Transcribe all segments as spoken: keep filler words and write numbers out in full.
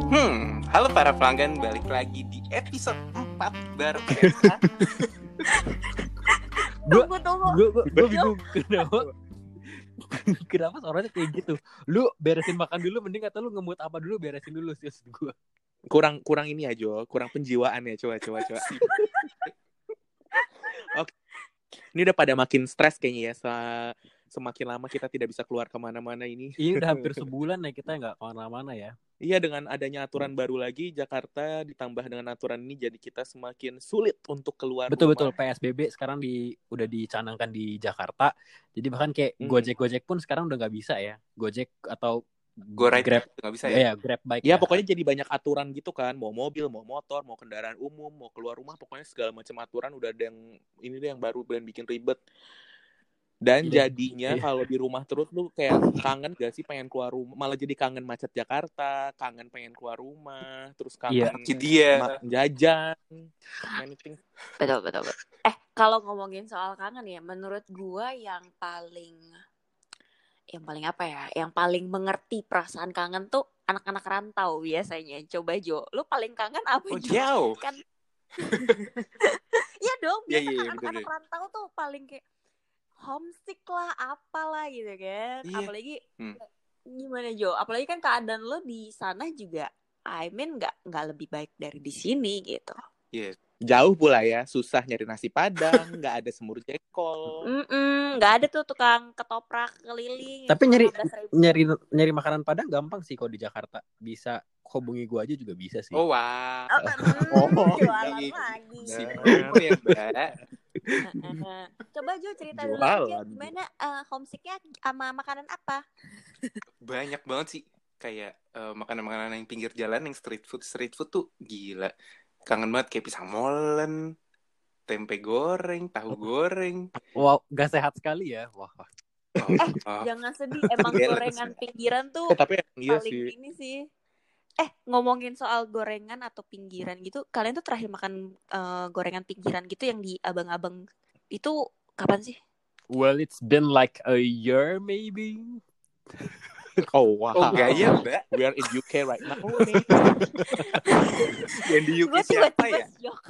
Hmm, halo para pelanggan, balik lagi di episode empat baru P S A. Gue Tunggu tunggu. gue gue gue bingung kenapa kenapa suaranya kayak gitu. Lu beresin makan dulu mending atau lu ngemut apa dulu beresin dulu sih gue. Kurang kurang ini aja, kurang penjiwaan ya, coba coba coba. Oke, ini udah pada makin stres kayaknya ya. Se- semakin lama kita tidak bisa keluar kemana-mana ini. Ini udah hampir sebulan ya kita nggak kemana-mana ya. Iya, dengan adanya aturan baru lagi Jakarta ditambah dengan aturan ini jadi kita semakin sulit untuk keluar Betul rumah. betul P S B B sekarang di udah dicanangkan di Jakarta. Jadi bahkan kayak Hmm. Gojek Gojek pun sekarang udah nggak bisa ya. Gojek atau Go-ride Grab nggak bisa ya, ya? ya Grab bike. Ya pokoknya jadi banyak aturan gitu kan, mau mobil, mau motor, mau kendaraan umum, mau keluar rumah, pokoknya segala macam aturan udah ada yang ini deh yang baru dan bikin ribet. Dan Iya. jadinya Iya. kalau di rumah terus lu kayak kangen gak sih pengen keluar rumah, malah jadi kangen macet Jakarta, kangen pengen keluar rumah, terus Iya. kangen dia jajan, anything. Betul betul betul. Eh kalau ngomongin soal kangen ya, menurut gua yang paling yang paling apa ya? Yang paling mengerti perasaan kangen tuh anak-anak rantau biasanya. Coba Jo, lu paling kangen apa Oh Jo? jauh. Kan Iya dong, Iya, biasa iya, kan bener, anak-anak rantau tuh paling kayak homesick lah, apalah gitu kan. Iya. Apalagi Hmm. gimana Jo? Apalagi kan keadaan lo di sana juga, I mean nggak nggak lebih baik dari di sini gitu. Iya. Jauh pula ya, susah nyari nasi padang, nggak ada semur jengkol. Mm-mm, nggak ada tuh tukang ketoprak keliling. Tapi yang nyari lima belas ribu. nyari nyari makanan Padang gampang sih kalau di Jakarta. Bisa hubungi gua aja juga bisa sih. Oh wah. Oh, mm, Oh, jualan iya. lagi. Si bener ya, Mbak. Heeh. Coba Jo cerita dulu aja Jualan. gimana eh, homesicknya sama makanan apa? Banyak banget sih kayak eh, makanan-makanan yang pinggir jalan, yang street food. Street food tuh gila. Kangen banget kayak pisang molen, tempe goreng, tahu goreng. Wow, gak sehat sekali ya. Wah. Oh, Eh, oh. jangan sedih. Emang Jealous. gorengan pinggiran tuh Eh, tapi iya paling sih. ini sih. Eh, ngomongin soal gorengan atau pinggiran gitu, kalian tuh terakhir makan eh, gorengan pinggiran gitu yang di abang-abang itu kapan sih? Well, it's been like a year maybe. Oh wow. Oh, enggak ya, Mbak. We are in U K right now nih. Yang di U K Gue siapa tiba-tiba ya? syok.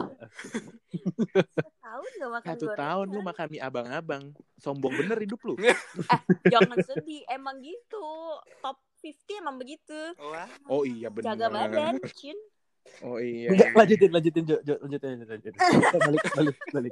Setahun gak makan Satu gorengan. tahun lu makan mie abang-abang. Sombong bener hidup lu. Eh, jangan sedih. Emang gitu. Top lima puluh emang begitu. Oh iya bener. Jaga badan, Cin. Oh iya. Enggak, iya. lanjutin lanjutin Jo, Jo, lanjutin lanjutin. Balik balik balik.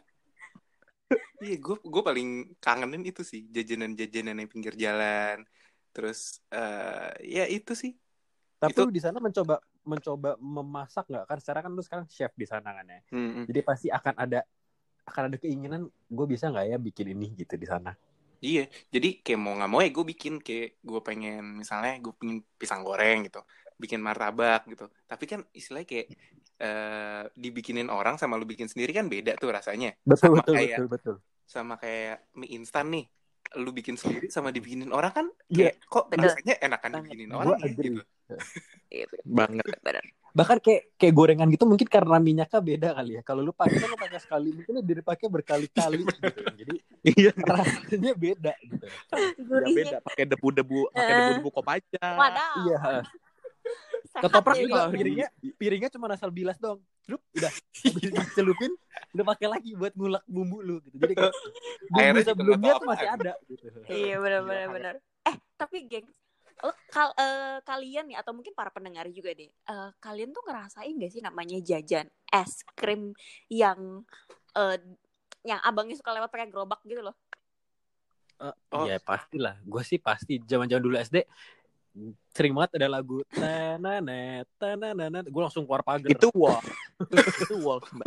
Iya, gue gue paling kangenin itu sih, jajanan-jajanan yang pinggir jalan. Terus eh ya itu sih. Tapi Itu- lu di sana mencoba mencoba memasak nggak? Kan secara kan lu sekarang chef di sana kan ya. Mm-mm. Jadi pasti akan ada akan ada keinginan gue bisa nggak ya bikin ini gitu di sana. Iya, jadi kayak mau nggak mau ya gue bikin kayak gue pengen misalnya gue pengen pisang goreng gitu, bikin martabak gitu. Tapi kan istilahnya kayak eh dibikinin orang sama lu bikin sendiri kan beda tuh rasanya. Betul sama betul kayak betul betul. sama kayak mie instan nih, lu bikin sendiri sama dibikinin orang kan Iya. kayak kok Betul. rasanya enakan Banget. dibikinin Gua orang ya, agree. gitu. Iya, bener. Banget. Bener. Bahkan kayak kayak gorengan gitu mungkin karena minyaknya beda kali ya. Kalau lu pakai kan lu pakai sekali, mungkin dia dipakai berkali-kali gitu. Jadi Iya. rasanya beda gitu. Ya Gurihnya. beda, pakai debu-debu, pakai Eh. debu-debu kopaja. Wadaw. Iya. Sehat Ketoprak ya, juga Jo. piringnya piringnya cuma asal bilas dong. Drup, udah habis dicelupin udah pakai lagi buat ngulek bumbu lu gitu. Jadi kayak bumbu Airnya juga sebelumnya nggak tuh tahu masih apaan. ada gitu. Iya benar-benar benar. Eh tapi geng, lo kal eh, kalian nih atau mungkin para pendengar juga deh, eh, kalian tuh ngerasain gak sih namanya jajan es krim yang eh, yang abangnya suka lewat pakai gerobak gitu loh? Eh, Oh. Ya pastilah. Gue sih pasti zaman-zaman dulu S D sering banget ada lagu tananet tananet. Gue langsung keluar pagar. Itu wall. Itu wall, Mbak.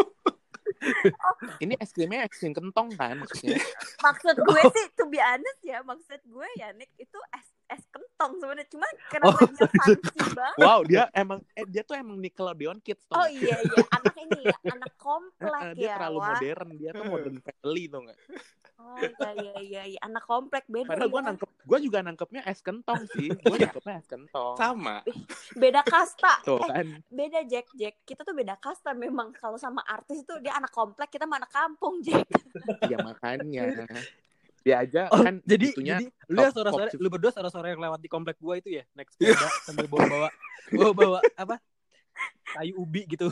Ini es krimnya es krim kentong kan maksudnya. Maksud gue sih, to be honest ya, maksud gue ya Nick itu es es kentong sebenarnya, cuma kenapa Oh, dia fancy banget? Wow, dia emang eh, dia tuh emang Nickelodeon Kids tuh. Oh iya iya, anak ini ya, anak komplek dia ya. terlalu Wah. modern, dia tuh modern family tuh nggak. Oh iya iya iya, iya. Anak komplek beda. Padahal gue ya. nangkep, gue juga nangkepnya es kentong sih. Gue nangkepnya es kentong. Sama. Beda kasta. Tuh Eh, kan. beda Jack Jack. Kita tuh beda kasta memang. Kalau sama artis tuh dia anak komplek, kita mah anak kampung Jack. Ya makanya. Dia aja Oh, kan jadi itunya jadi lu top- yang sore-sore, top- lu berdua sore-sore yang lewat di komplek gua itu ya, naik sepeda sambil bawa-bawa bawa-bawa apa? Kayu ubi gitu.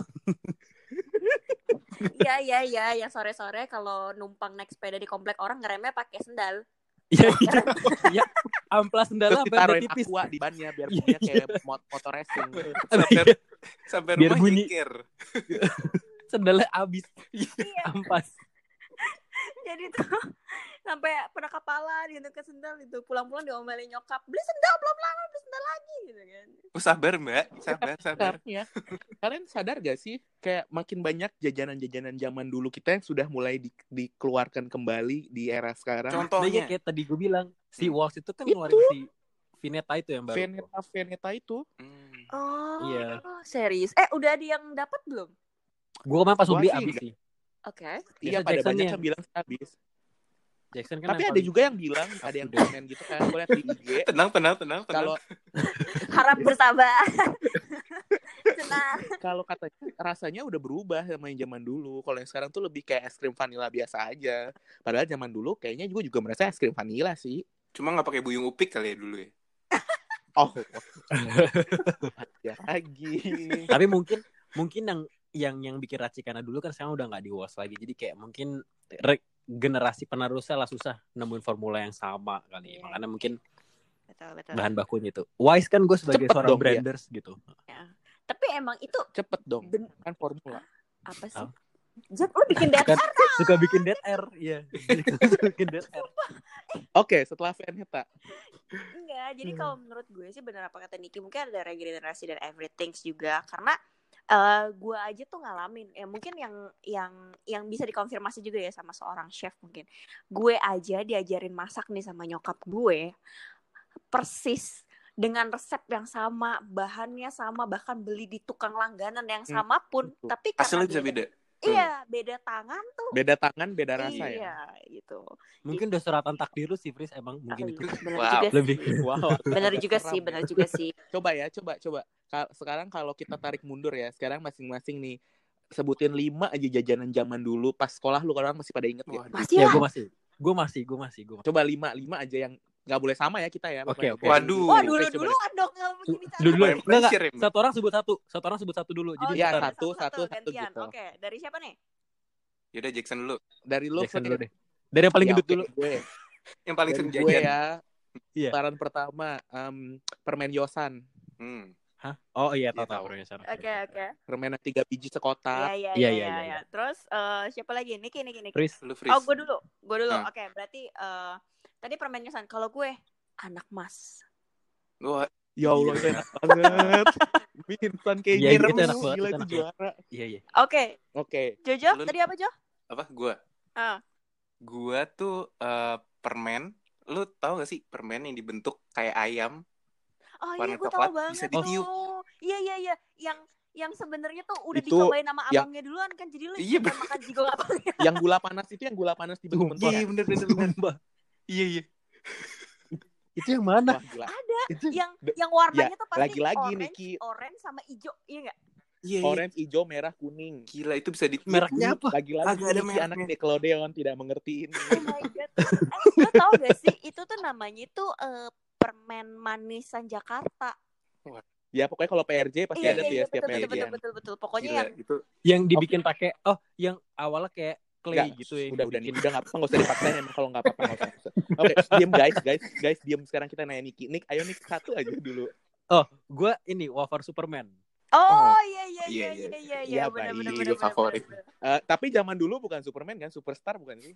Iya iya iya, yang sore-sore kalau numpang naik sepeda di komplek orang ngeremnya pakai sendal. Iya iya. Iya. Amplas sendalnya terus sampai ada ditaruhin tipis. aqua di bannya biar Iya, bunyinya kayak iya. mot- motor racing. Sampai sampai Biar rumah bunyi. nyengir. Sendalnya habis. Iya. Ampas. Jadi tuh sampai pernah kapalan gitu ke sendal itu, pulang-pulang diomelin nyokap, beli sendal belum lama beli sendal lagi gitu kan. Oh, sabar mbak, sabar sabar. Sekarang ya, kalian sadar gak sih kayak makin banyak jajanan-jajanan zaman dulu kita yang sudah mulai di- dikeluarkan kembali di era sekarang. Nah, iya Contohnya kayak tadi gue bilang, si Hmm. Walls itu kan Itu. ngeluarin si Vineta itu yang baru. Veneta Veneta itu Hmm. Oh, Iya. serius. Eh, udah ada yang dapat belum? Gue kemarin pas Gua beli sih abis enggak. sih. Oke. iya Biasa pada Jackson banyak yang- yang bilang habis. Jackson kan Tapi yang ada paling- juga yang bilang, ada yang komen gitu kan, gue liat di I G. Tenang tenang tenang tenang. Kalau Harap bersabar. Tenang. kalau katanya rasanya udah berubah sama yang zaman dulu. Kalau yang sekarang tuh lebih kayak es krim vanila biasa aja. Padahal zaman dulu kayaknya gue juga merasa es krim vanila sih. Cuma nggak pakai buyung upik kali ya dulu ya. Oh, ya lagi. Tapi mungkin mungkin yang yang yang bikin racikan dulu kan sekarang udah nggak di Walls lagi. Jadi kayak mungkin re- generasi penerusnya lah susah nemuin formula yang sama kali. Iya. Makanya mungkin Betul, betul. bahan bakunya itu. Wise kan gue sebagai Cepet seorang dong dia. branders gitu. Tapi emang itu Cepet dong, ben- kan formula. apa sih? Apa? Jep, lu bikin dead Kan air. suka bikin dead air, iya. Suka bikin dead air. Oke, setelah Veneta. Enggak, jadi Hmm. kalau menurut gue sih benar apa kata Niki, mungkin ada regenerasi dan everything juga, karena eh gue aja tuh ngalamin, ya mungkin yang yang yang bisa dikonfirmasi juga ya sama seorang chef mungkin. Gue aja diajarin masak nih sama nyokap gue, persis dengan resep yang sama, bahannya sama, bahkan beli di tukang langganan yang Hmm, sama pun, betul. tapi karena Hasilnya bisa beda. Iya, beda tangan tuh. Beda tangan, beda rasa ya. Iya, gitu. Mungkin udah suratan takdir lu sih, Fris, emang Ah, mungkin itu. bener Wow. juga Lebih. sih. Wow. Bener agak juga seram sih, ya. bener juga sih. Coba ya, coba, coba. Ka- Sekarang kalau kita tarik mundur ya, sekarang masing-masing nih sebutin lima aja jajanan zaman dulu pas sekolah lu, kalau orang masih pada inget ya. Waduh. Masih Ya lah. gue masih, gue masih, gue masih, gue masih. Coba lima, lima aja yang nggak boleh sama ya kita ya. Oke, pokoknya. oke. Waduh. Wah, Oke, dulu coba dulu deh. kan dong nggak begini cara. Dulu dulu, Main enggak, enggak. pressure ya, Mbak? Satu orang sebut satu, satu orang sebut satu dulu. Jadi Oh, Iya, bentar. satu, satu, satu gantian. gitu. Oke, dari siapa nih? Yaudah Jackson dulu. Dari lu Jackson Fred. dulu deh. Dari yang paling Ya, gendut oke, dulu. gue. Yang paling Dari sering gue jajan. ya. Iya. Saran pertama, em, permen Yosan. Hmm. Hah? Oh iya, tahu Iya, tahu tahu. orangnya sana. Oke, oke. Permen yang tiga biji sekotak. Iya, iya, Iya, iya, iya, iya. iya. iya. Terus eh, siapa lagi? Niki, Niki, Niki. Fris. Lu Fris. Oh, gue dulu. Gue dulu. Ah. Oke, berarti eh tadi permen Yosan. Kalau gue anak mas. Gua Ya Allah, itu enak banget. Minsan kayak Iya, gitu. itu enak banget, Gila itu itu enak juara. Iya, iya. Oke, Oke. Jojo, Lu- tadi apa Jo? apa? Gua. Ah. Gua tuh eh, permen. Lu tahu gak sih permen yang dibentuk kayak ayam? Oh Warna iya, gue coklat, tahu banget bisa tuh. ditiup. Iya, iya, iya. Yang yang sebenarnya tuh udah Itu dicobain sama yang- abangnya duluan kan, jadi lu Iya, cuma makan jigo abangnya. Yang gula panas itu yang gula panas dibentuk-bentuk. Iya, ya? bener bener bener. Sumpah. Iya iya. Itu yang mana? Wah, gila. Ada Itu yang De- yang warnanya tuh pasti lagi-lagi, orange, Niki. orange sama hijau, iya enggak? Iya iya. Orange, hijau, merah, kuning. Gila itu bisa di mereknya apa? Lagi-lagi Agak ada Niki mereknya. anak Nickelodeon tidak mengerti ini. Oh my god. Eh, lo tau gak sih itu tuh namanya itu eh, permen manisan Jakarta. Ya pokoknya kalau P R J pasti Iya, ada iya, tuh ya iya, setiap betul, P R betul, J. betul, betul, betul. Pokoknya Gila yang itu. Yang dibikin pakai oh, yang awalnya kayak clay Enggak, gitu ya. udah udah nih, dibikin. udah nggak apa nggak usah dipaksain emang kalau nggak apa-apa nggak usah. Oke, diam guys, guys, guys, diam sekarang kita nanya Niki. Nik, ayo Nik satu aja dulu. Oh, gue ini wafer Superman. Oh, Oh. iya iya iya Iya, iya iya. iya iya Iya, benar baik. benar Itu benar. favorit. benar, benar. Eh, tapi zaman dulu bukan Superman kan, Superstar bukan sih?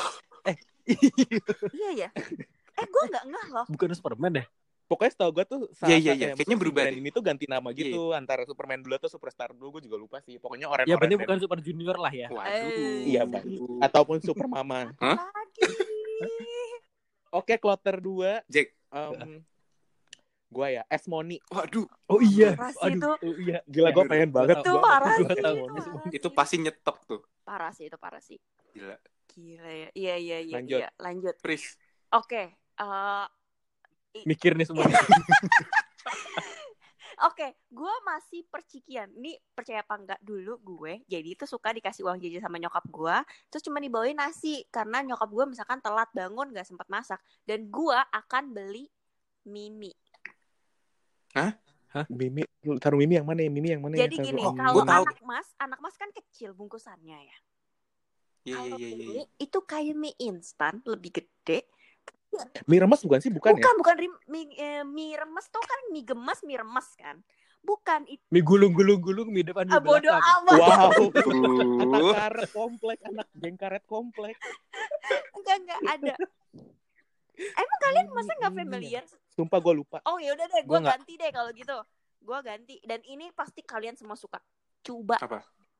Iya ya. Eh, gue nggak ngeh loh. Bukan Superman deh. Pokoknya setahu gue tuh salah Iya, iya, satu iya. yang Kayaknya si berubah brand deh. ini tuh ganti nama gitu antara Superman dulu atau Superstar dulu, gue juga lupa sih. Pokoknya orang Ya berarti bukan Super Junior lah ya. Waduh. Iya, baik. Ataupun Super Mama. Hah? Lagi. Oke, kloter dua. Jack. Um, gue ya, Esmoni. Waduh. Oh iya. Parah sih itu. Oh iya. Gila, gue Iya, pengen gua banget. tahu. Itu gua- parah gua sih. tahu. Itu Itu parah Itu sih. pasti nyetok tuh. Parah sih, itu parah sih. Gila. Gila ya. Iya iya iya. Lanjut. Iya. Lanjut. Fris. Oke. eh Mikir nih semua. Oke, gue masih percikian. Ini percaya apa enggak dulu gue. Jadi itu suka dikasih uang jajan sama nyokap gue. Terus cuma dibawain nasi. Karena nyokap gue misalkan telat bangun gak sempat masak. Dan gue akan beli Mimi. Hah? Hah? Mimi, lu taruh Mimi yang mana ya? Mimi yang mana Jadi ya? gini, Oh, kalau gua tahu. anak mas, anak mas kan kecil bungkusannya ya. Iya, Kalau iya, iya, ini iya. itu kayak mie instan, lebih gede. Mie remes bukan sih? Bukan, Bukan, ya? bukan rim- mie, eh, mie remes tuh kan mie gemes, mie remes kan. Bukan itu. Mie gulung-gulung-gulung, mie depan, mie Ah, bodoh belakang. amat. Wow. Anak Uh. karet komplek, anak geng karet komplek. Enggak, enggak ada. Emang kalian masa nggak familiar? Sumpah gue lupa. Oh ya udah deh, gue Gua nggak- ganti deh kalau gitu. Gue ganti. Dan ini pasti kalian semua suka. Coba. Apa?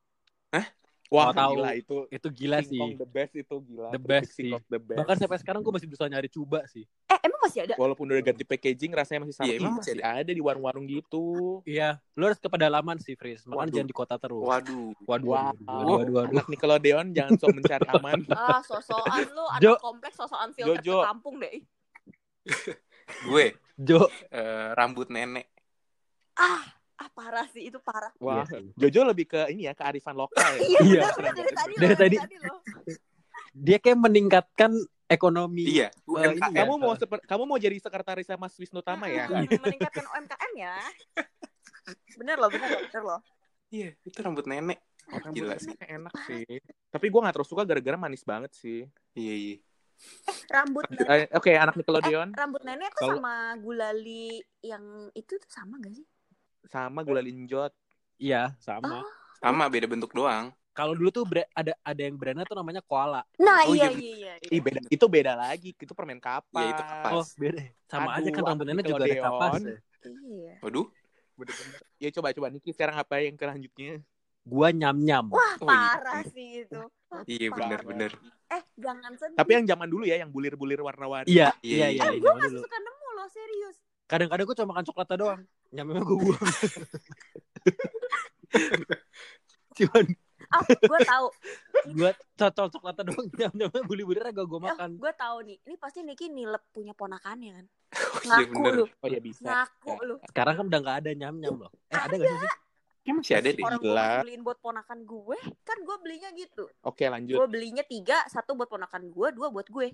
Wah, Oh, tahu. gila itu. Itu gila King sih. Kong the best itu gila. The best King sih. Kong the best. Bahkan sampai sekarang gue masih berusaha nyari coba sih. Eh emang masih ada? Walaupun udah ganti packaging rasanya masih sama. Iya, Ih, emang masih masih ada di warung-warung gitu. Iya, lu harus ke pedalaman sih, Fris. Makanya Waduh. jangan di kota terus. Waduh. Waduh, Wah, waduh, waduh, waduh, waduh. anak Nickelodeon jangan sok mencari aman. Ah, sosokan lu anak Jo. kompleks, sosokan filter Jojo. ke kampung deh. Gue Jo. eh, rambut nenek. Ah, ah parah sih, itu parah. Wah, Iya sih. Jojo lebih ke ini ya, kearifan lokal ya. Iya, Iya. benar, benar, dari tadi Dari loh, tadi. loh. Dia kayak meningkatkan ekonomi. Iya, Eh, U M K M. ini ya. Kamu mau seper- kamu mau jadi sekretaris Mas Wisnu Tama ya? Hmm, meningkatkan U M K M ya. Bener loh, bener loh, bener loh. Iya, itu rambut nenek. Oh, gila sih. Enak sih. Tapi gue gak terlalu suka gara-gara manis banget sih. Iya, iya. Rambut nenek, Eh, Oke, anak Nickelodeon rambut nenek tuh Kalau- sama gulali yang itu tuh sama gak sih? sama gula linjot. Iya, sama. Oh. Sama, beda bentuk doang. Kalau dulu tuh bre- ada ada yang brandnya tuh namanya koala. Nah, Oh, iya, iya. iya, iya. Ih, beda. Itu beda lagi. Itu permen kapas. Iya, itu kapas. Oh, beda. Sama Aduh, aja kan rambut anak nenek juga ada Nickelodeon. kapas. Ya. Iya. Waduh. Bener-bener. Ya coba coba Niki sekarang apa yang kelanjutnya? Gua nyam-nyam. Wah, Oh, iya. parah sih itu. Wah, Iya, parah. bener-bener. Eh, jangan sedih. Tapi yang zaman dulu ya, yang bulir-bulir warna-warni. Iya, Iya, iya, iya. iya. Eh, gue zaman masih dulu. suka nemu loh, serius. Kadang-kadang gue cuma makan coklatnya doang. Nyamnya gue buang. Cuman Ah, gue tahu. gue cocok coklatnya doang. Nyam-nyamnya buli-bulirnya gak gue Oh, makan. gue tahu nih. Ini pasti Niki nilep punya ponakannya kan. Oh, iya, Ngaku bener. lu. Oh ya bisa. Ngaku Ya. lu. Sekarang kan udah gak ada nyam-nyam loh. Eh, ada gak sih? Kayaknya masih ada deh. Orang gue Gila. masih beliin buat ponakan gue. Kan gue belinya gitu. Oke, lanjut. Gue belinya tiga, satu buat ponakan gue, dua buat gue.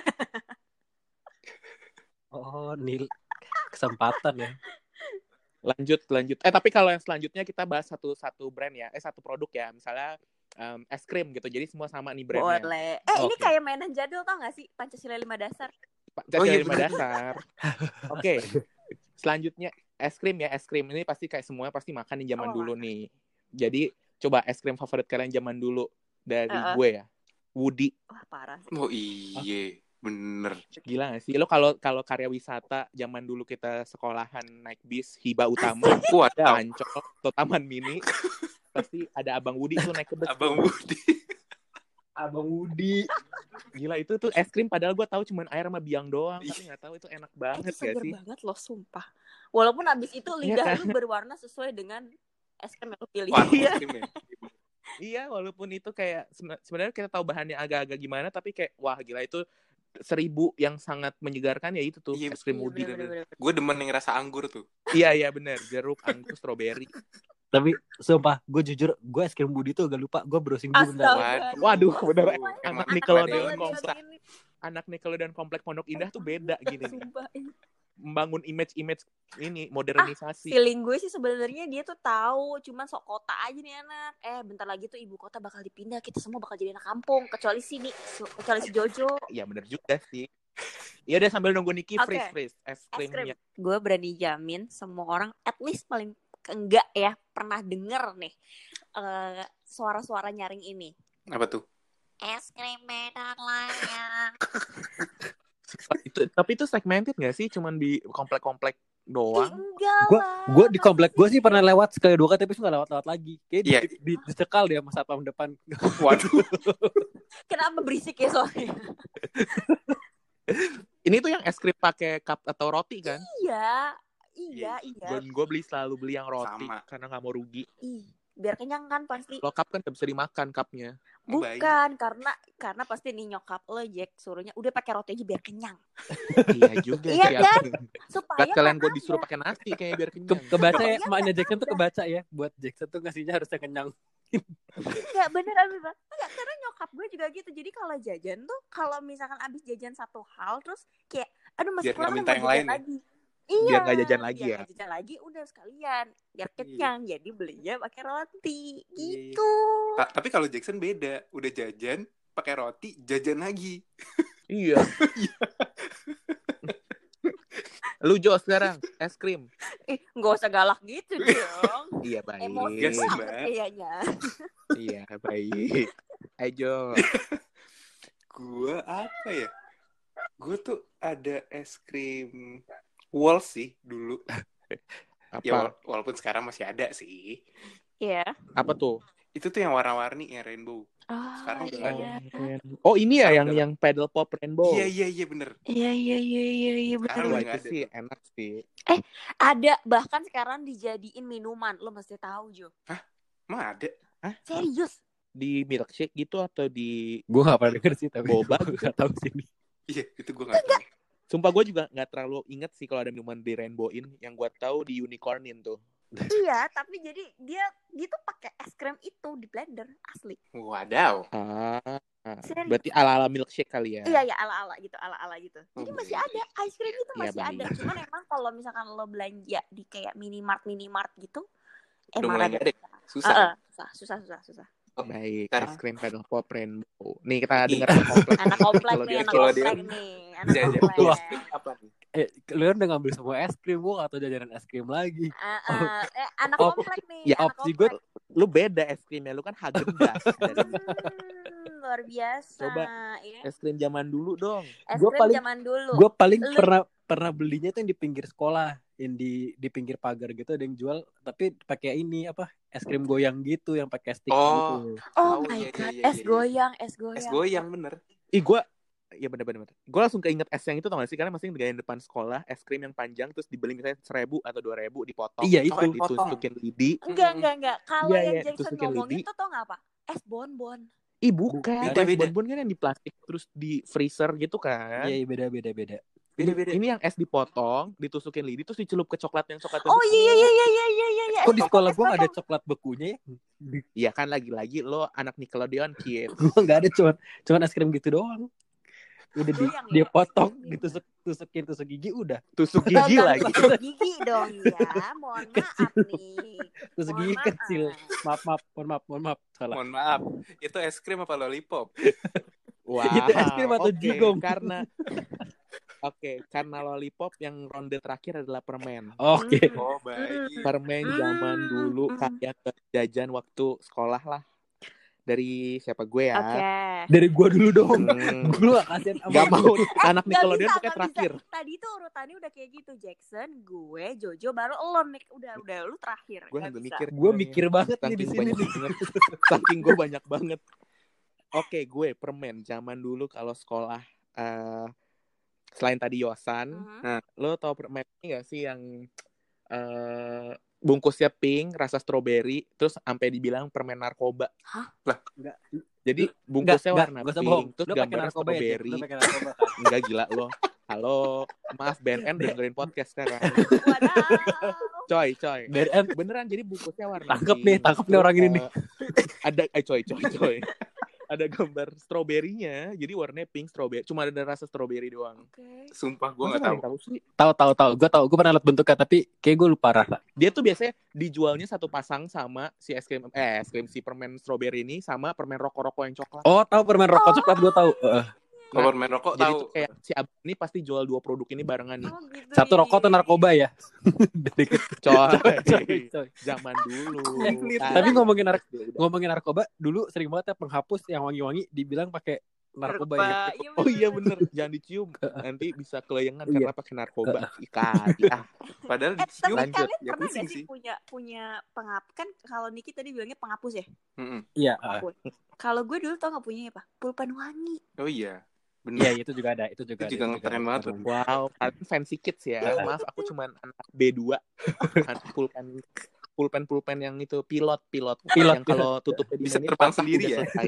Oh, nil kesempatan ya. Lanjut, lanjut. Eh tapi kalau yang selanjutnya kita bahas satu-satu brand ya. Eh satu produk ya. Misalnya em, es krim gitu. Jadi semua sama nih brandnya. Boleh. Eh, ini Oke. kayak mainan jadul tau gak sih? Pancasila lima dasar. Pancasila Oh, iya, lima bener. dasar. Oke. Selanjutnya es krim ya. Es krim ini pasti kayak semuanya pasti makan di zaman Oh, dulu nih. Jadi coba es krim favorit kalian zaman dulu dari Uh-uh. gue ya. Woody. Wah, parah sih. Oh iya, bener. Gila gak sih? Lo kalau kalau karya wisata zaman dulu kita sekolahan naik bis Hiba Utama, Waduh, Ancol atau Taman Mini, pasti ada Abang Woody tuh naik ke bus. Abang Budi. Abang Udi. Gila itu tuh es krim padahal gue tahu cuman air sama biang doang, tapi nggak tahu itu enak Eh, banget itu gak seger sih? banget loh, sumpah. Walaupun abis itu lidah kan? lu berwarna sesuai dengan es krim yang lu pilih. Wah, Iya. es krim ya. Iya, walaupun itu kayak seben- sebenarnya kita tahu bahannya agak-agak gimana, tapi kayak wah gila itu seribu yang sangat menyegarkan ya itu tuh Iya, es krim Iya, Woody. bener-bener. Gue demen yang rasa anggur tuh. Iya iya benar, jeruk, anggur, stroberi. Tapi sumpah, gue jujur, gue es krim Budi tuh agak lupa. Gue browsing dulu bentar. Astaga. Waduh, bener. Emang Anak ada Nickelodeon yang komplek. bisa. Anak Nickelodeon komplek Pondok Indah tuh beda gini nih. Sumpah. Membangun image-image ini modernisasi. Feeling gue sih sebenarnya dia tuh tahu, cuman sok kota aja nih anak. Eh, bentar lagi tuh ibu kota bakal dipindah, kita semua bakal jadi anak kampung, kecuali si Ni, kecuali si Jojo. Iya bener juga sih. Iya deh sambil nunggu Niki Oke. freeze freeze es Es krim. krimnya. Gue berani jamin semua orang at least paling enggak ya pernah denger nih eh, suara-suara nyaring ini. Apa tuh? Es krim Medan Raya. Itu tapi itu segmented gak sih? Cuman di komplek-komplek doang. Enggak Gue lah. gue di masa komplek gue sih pernah lewat sekali dua kali tapi nggak lewat-lewat lagi. Kayak di, Iya. di, di, dicekal dia sama satpam depan. Waduh. Kenapa berisik ya soalnya? Ini tuh yang es krim pakai cup atau roti kan? Iya, iya, iya. Gue gue beli selalu beli yang roti Sama. karena nggak mau rugi. Ih, biar kenyang kan pasti. Lo cup kan gak bisa dimakan cupnya. Bukan, karena karena pasti nih nyokap lo Jack suruhnya udah pakai roti aja biar kenyang. Iya juga. Iya sih, kan? aku. Supaya Buat kalian kan gue ada. disuruh pakai nasi kayak biar Ke, kenyang. kebaca ya, Iya, emaknya kan Jackson tuh ada. kebaca ya. Buat Jackson tuh ngasihnya harusnya kenyang. Enggak beneran bener. Enggak, karena nyokap gue juga gitu. Jadi kalau jajan tuh kalau misalkan abis jajan satu hal terus kayak aduh masih Biar kurang nggak nih minta mau yang jajan lain ya? lagi. Iya. Biar nggak jajan lagi biar ya? nggak jajan lagi udah sekalian biar kenyang. Jadi belinya pakai roti Iya, iya. gitu. Ta- tapi kalau Jackson beda, udah jajan pakai roti, jajan lagi. Iya. Lu Jo sekarang es krim. Eh, nggak usah galak gitu dong. Iya baik. Emosi Gas, banget Mbak. kayaknya. Iya baik. Ayo. Gue apa ya? Gue tuh ada es krim Walls sih dulu. Apa? Ya wala- walaupun sekarang masih ada sih. Iya. Apa tuh? Itu tuh yang warna-warni, yang rainbow. Oh, Sekarang udah iya. nggak ada. Oh ini ya Sekarang yang udah yang pedal pop rainbow. Iya, iya, iya bener. Iya iya iya iya iya benar. Sekarang Wah udah itu nggak ada sih tuh. enak sih. Ada bahkan sekarang dijadiin minuman. Lo mesti tahu Jo. Emang ada? Serius. Di milkshake gitu atau di Gue gak pernah denger sih, tapi Boba gue gitu. gak tahu sih. Iya, itu gue nggak tahu. Sumpah gue juga nggak terlalu inget sih kalau ada minuman di rainbow-in. Yang gue tahu di unicornin tuh. Iya, tapi jadi dia gitu pakai es krim itu di blender asli. Wadaw. Ah, Serius. berarti ala-ala milkshake kali ya. Iya ya ala-ala gitu, ala-ala gitu. Jadi Oh, masih baik. ada ice cream itu Iya, masih baik. ada. Cuman emang kalau misalkan lo belanja di kayak minimart minimart gitu, Udah emang mulai rada nggak ada. susah. Susah. Heeh, susah, susah, susah, susah. Baik, Ntar. es krim pedal pop rainbow. Nih kita Iya. dengar kompleks. Anak komplek Kalau nih, dia- anak kalau komplek dia- nih, anak Jajan komplek. tuh apa nih? Eh, kalian udah ngambil semua es krim, gue gak tau jajanan es krim lagi. Ah, ah, eh, anak Oh, komplek nih, ya, anak opsi gue- komplek. Lu beda es krimnya, lu kan Häagen-Dazs. Hmm, luar biasa. Coba. Ya. Es krim zaman dulu dong. Es Gua krim paling- zaman dulu. Gue paling Lu- pernah pernah belinya tuh yang di pinggir sekolah, yang di di pinggir pagar gitu ada yang jual, tapi pakai ini apa es krim goyang gitu, yang pakai stick Oh. gitu. Oh Tahu, my iya, god, iya, iya, es iya. goyang, es goyang. Es goyang bener. Ih gue, ya bener-bener. Gue langsung keinget es yang itu tau gak sih? Karena masih di depan sekolah, es krim yang panjang terus dibeli misalnya seribu atau dua ribu dipotong. Iya, terus itu. ditusukin lidi. Enggak, Mm-mm. enggak, enggak. Kalau Iya, yang iya, Jackson tusukin ngomongin lidi. tuh tau gak apa? Es bonbon. Ih bukan, Beda, es beda. bonbon kan yang di plastik terus di freezer gitu kan. Iya, iya, beda beda beda. Beda-beda. Ini yang es dipotong, ditusukin lidi terus dicelup ke coklat yang coklat. Oh iya, iya, iya, iya, iya, iya, iya. Kok di Es sekolah bonbon, gue es gak ada bonbon. coklat bekunya ya? Iya kan lagi-lagi lo anak Nickelodeon kid. Gue gak ada, cuman cuman es krim gitu doang. Udah di, Goyang ya, dia potong, es krim. ditusuk tusukin tusuk gigi udah. Tusuk Oh, gigi kan lagi. tusuk gigi dong ya. Mohon maaf nih. Tusuk Mohon gigi maaf. kecil. Maaf maaf, mohon maaf, mohon maaf. Salah. Mohon maaf. Itu es krim apa lollipop? Wah, Itu es krim atau oke, jigong? Karena Oke, karena lollipop yang ronde terakhir adalah permen. Oke. Hmm. Oh, baik. Permen zaman Hmm, dulu hmm. kayak jajan waktu sekolah lah. Dari siapa gue ya? Oke. Dari gua dulu dong. Hmm, Gua gak kasihan sama Gak lu. mau anak Nggak Nickelodeon bisa, pakai nggak terakhir. bisa. Tadi tuh urutannya udah kayak gitu. Jackson, gue, Jojo, baru lo nih. Udah, udah lu terakhir. Gue Nggak sambil bisa. mikir. Gue mikir banget nih Saking di sini banyak nih. banget. Saking gue banyak banget. Oke, gue permen zaman dulu kalau sekolah eh selain tadi Yosan, Mhm. lo tau permen ini gak sih yang eh bungkusnya pink, rasa stroberi, terus sampai dibilang permen narkoba. Hah? Lah. Enggak. Jadi Enggak, bungkusnya enggak, warna gak usah pink, bohong. terus Lu pakai gambarnya narkoba ya, Jack? stroberi. Lu pakai narkoba kan? Enggak gila lo. Halo, maaf B N N dengerin podcast sekarang. Wadaw. Coy, coy. B N N Beneran jadi bungkusnya warna Tangkep pink. nih, tangkep nih Terus, orang ini nih. eh, ada eh coy, coy, coy. Ada gambar stroberinya, jadi warnanya pink strawberry. Cuma ada rasa stroberi doang. Oke. Sumpah gue Masa nggak nggak tahu. ada yang tahu sih? Tahu tahu tahu. Gue tahu. Gue pernah liat bentuknya, tapi kayak gue lupa rasa. Dia tuh biasanya dijualnya satu pasang sama si es krim eh es krim si permen strawberry ini sama permen rokok-rokok yang coklat. Oh, tahu permen rokok coklat gue tahu. Heeh. Kalau permen rokok Jadi tahu. tuh kayak si abang ini pasti jual dua produk ini barengan nih. Oh, gitu. Satu rokok atau narkoba ya? Dari kecil. Coy, Coy, coy. zaman dulu. Konflik. Kan. Tapi ngomongin nar- Udah. Ngomongin narkoba, dulu sering banget ya penghapus yang wangi-wangi dibilang pakai narkoba ya. Iya, Oh iya bener, jangan dicium. Nanti bisa kelayangan Iya. karena pakai narkoba. Ikat. Ah, Padahal Eh, tapi dicium. Lanjut. kalian Ya pernah pusing gak sih sih. punya punya penghapus? Kan kalau Niki tadi bilangnya penghapus ya? Mm-mm. Iya. Penghapus. Kalau gue dulu tau gak punya apa? Pulpen wangi. Oh iya. Iya, Bener. itu juga ada. Itu juga Itu ada. juga itu ngetren ada. banget tuh. wow, kalian fancy kids ya. Maaf, aku cuman anak B dua. Anak pulpen. pulpen-pulpen yang itu pilot pilot Pilot, yang kalau tutupnya Bisa dimainin terbang pasti sendiri udah ya? selesai.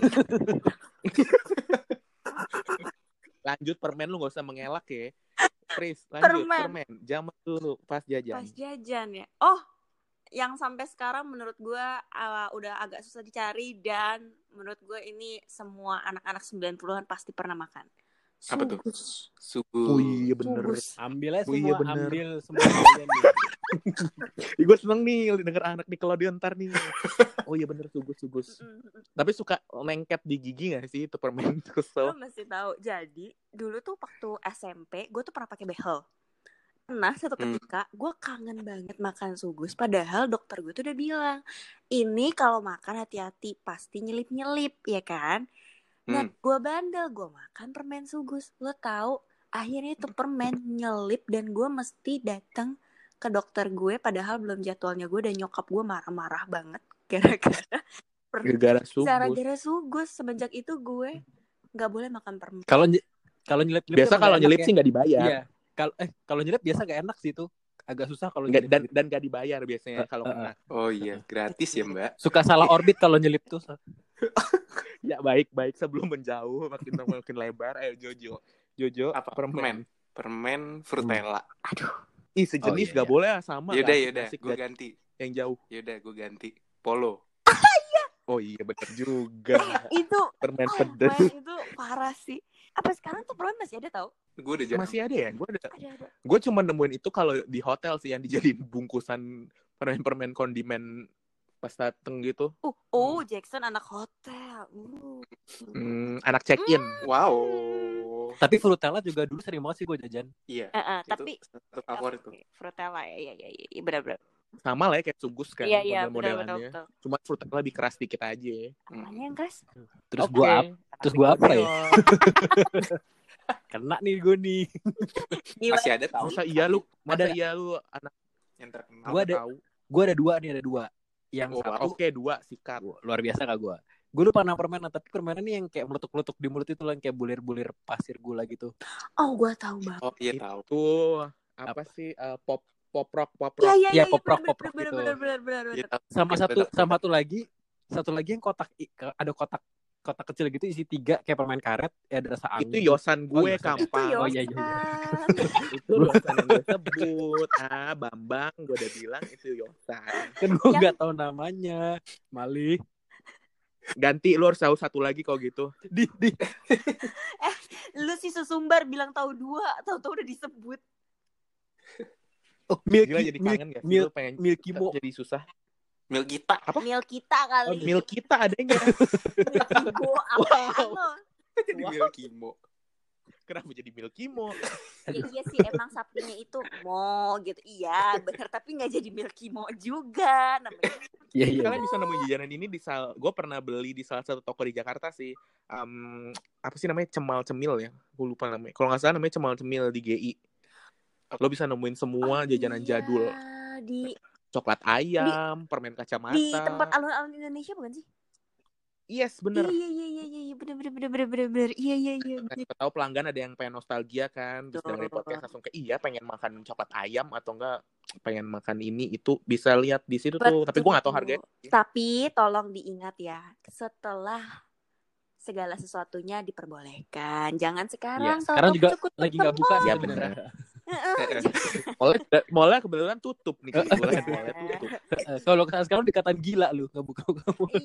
Lanjut permen, lu nggak usah mengelak ya. Pris, lanjut Permen. permen. Zaman dulu pas jajan. Pas jajan ya. Oh, yang sampai sekarang menurut gue uh, udah agak susah dicari dan menurut gue ini semua anak-anak sembilan puluhan pasti pernah makan. Apa tuh? Sugus. Sugu. Oh iya bener. Sugus. Ambil aja Oh iya, semua, bener. ambil semua kalian nih. Gue seneng nih denger anak Nickelodeon ntar nih. Oh iya bener, sugus-sugus. Mm-mm. Tapi suka lengket di gigi gak sih itu permen? Kesel. Lo mesti tahu. Jadi dulu tuh waktu S M P gue tuh pernah pakai behel. Nah satu Hmm. ketika gue kangen banget makan sugus. Padahal dokter gue tuh udah bilang ini kalau makan hati-hati pasti nyelip-nyelip ya kan. Nah Hmm. gue bandel gue makan permen sugus. Lo tahu akhirnya itu permen nyelip dan gue mesti datang ke dokter gue padahal belum jadwalnya gue dan nyokap gue marah-marah banget gara-gara per- Gara-gara sugus. gara-gara sugus. Semenjak itu gue nggak boleh makan permen. Kalau ny- kalau nyelip Biasa kalau nyelip sih nggak dibayar. Iya. Kalau eh kalau nyelip biasa gak enak sih itu. Agak susah kalau Nggak- nyelip. dan gitu. dan gak dibayar biasanya Eh, kalau eh, kena. Oh iya, gratis ya Mbak. Suka salah orbit kalau nyelip tuh. Ya baik baik sebelum menjauh makin makin lebar. Ayo Jojo. Jojo Apa? permen. Permen Frutella. Ih sejenis Oh, iya, gak iya. boleh ah, sama. Yaudah nggak yaudah, asik gue dan ganti. yang jauh. Yaudah gue ganti. Polo. Oh iya bener juga. Itu Permen oh, pedes. man, itu parah sih. Apa sekarang tuh permen masih ada tau? Gue udah jarang. Masih ada ya? Gue ada. Ada ada. Gue cuma nemuin itu kalau di hotel sih yang dijadiin bungkusan permen-permen kondimen pas dateng gitu. Uh, oh Jackson anak hotel. Uh. Hmm, anak check-in. Wow. Tapi Frutella juga dulu sering banget sih gue jajan. Iya. Eh, eh, Itu tapi satu favorit tuh. Oke, Frutella ya ya ya ya benar-benar. Sama lah ya kayak sugus kan Iya iya benar benar model-modelannya. betul. Cuma fruitnya lebih keras dikit aja. Apanya yang keras? Terus Oke. gua ap- terus gua apa ya? Nickelodeon. Kena nih gue nih. Masih ada tahu. Masa iya lu, masa Ada. iya lu anak Yang terkenal. Gua ada- tahu. Gue ada dua nih, ada dua. Yang Oh, satu Oke, dua sikat. Wah, luar biasa gak gue? Gue lupa nama permen, tapi permennya nih yang kayak meletuk-meletuk di mulut itu loh, yang kayak bulir-bulir pasir gula gitu. Oh, gua tahu banget. Oh iya tahu. Tuh, apa, Apa? sih uh, pop pop rock pop Iya rock. iya Iya, iya pop rock, benar, pop rock benar, gitu. benar benar benar benar. Iya, tahu. Sama Oke, satu benar. sama satu lagi, satu lagi yang kotak i- ada kotak kotak kecil gitu isi tiga kayak permen karet, ya ada rasa angin. Itu yosan Oh, gue yosan. Itu kampang. Oh, iya, iya, iya. Yosan. Itu yosan yang gue sebut. Ah, Bambang, gue udah bilang itu yosan. Kan gue Yang- nggak tahu namanya. Malih. Ganti lu harus tahu satu lagi kalau gitu. Di di Lu sih sesumbar bilang tahu dua, tahu-tahu udah disebut. Oh, Milky, Gila jadi Milky, kangen gak sih? Mil, Lu pengen Milky Mo. jadi susah. Mil kita. Apa? Mil kita kali. Oh, Mil kita adanya. Milkibo apaan lo? Jadi Wow. Mil Kimo. Kenapa jadi Milkimo? Ya, iya sih emang sapinya itu mo gitu. Iya bener tapi nggak jadi Milky Mo juga namanya. Iya iya. Kalian bisa nemuin jajanan ini di sal. Gue pernah beli di salah satu toko di Jakarta sih. Um, apa sih namanya, Cemal Cemil ya? Gue lupa namanya. Kalau nggak salah namanya Cemal Cemil di G I. Lo bisa nemuin semua jajanan Iya, jadul. di Coklat ayam, permen kacamata. di tempat alun-alun Indonesia bukan sih? Yes, bener. Iya iya iya iya iya bener bener bener bener bener bener. Iya iya iya. Nah, kita tahu pelanggan ada yang pengen nostalgia kan, terus dengerin podcast langsung kayak iya pengen makan coklat ayam atau enggak pengen makan ini itu bisa lihat di situ tuh. Tapi gue nggak tahu harganya. Tapi tolong diingat ya, setelah segala sesuatunya diperbolehkan. Jangan Iya, sekarang. sekarang juga tutup lagi nggak buka sih Ya, sebenarnya. Mallnya, mallnya kebetulan tutup nih kebetulan mallnya tutup. Eh, Kalau sekarang dikatain gila lu nggak buka-buka.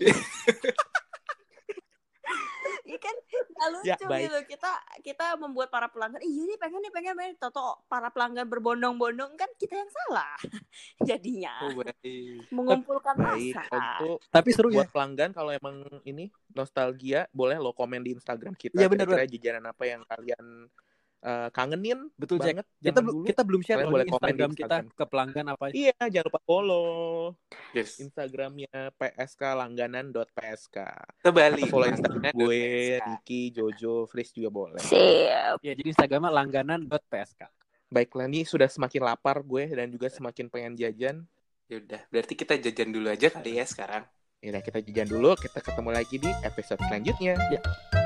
Iya kan nggak lucu Ya, baik. gitu kita kita membuat para pelanggan iya nih pengen nih pengen pengen toto para pelanggan berbondong-bondong kan kita yang salah jadinya Oh baik. mengumpulkan Baik, massa. kalau gitu Tapi seru ya. buat pelanggan kalau emang ini nostalgia boleh lo komen di Instagram kita. Iya, benar, Kira-kira jajanan apa yang kalian eh, kangenin Betul Jack. banget Kita zaman belum dulu. kita belum share Kalian loh boleh di komen di Instagram kita Instagram. ke pelanggan apa. Iya, jangan lupa follow Yes. Instagramnya p s k langganan dot p s k. Kembali. Atau follow Instagram Langganan gue, dot P S K. Ricky, Jojo, Fris juga boleh. Siap. Ya, jadi Instagramnya langganan dot p s k. Baiklah, nih sudah semakin lapar gue dan juga semakin pengen jajan. Yaudah, berarti kita jajan dulu aja kali ya sekarang. Ya, kita jajan dulu. Kita ketemu lagi di episode selanjutnya. Ya.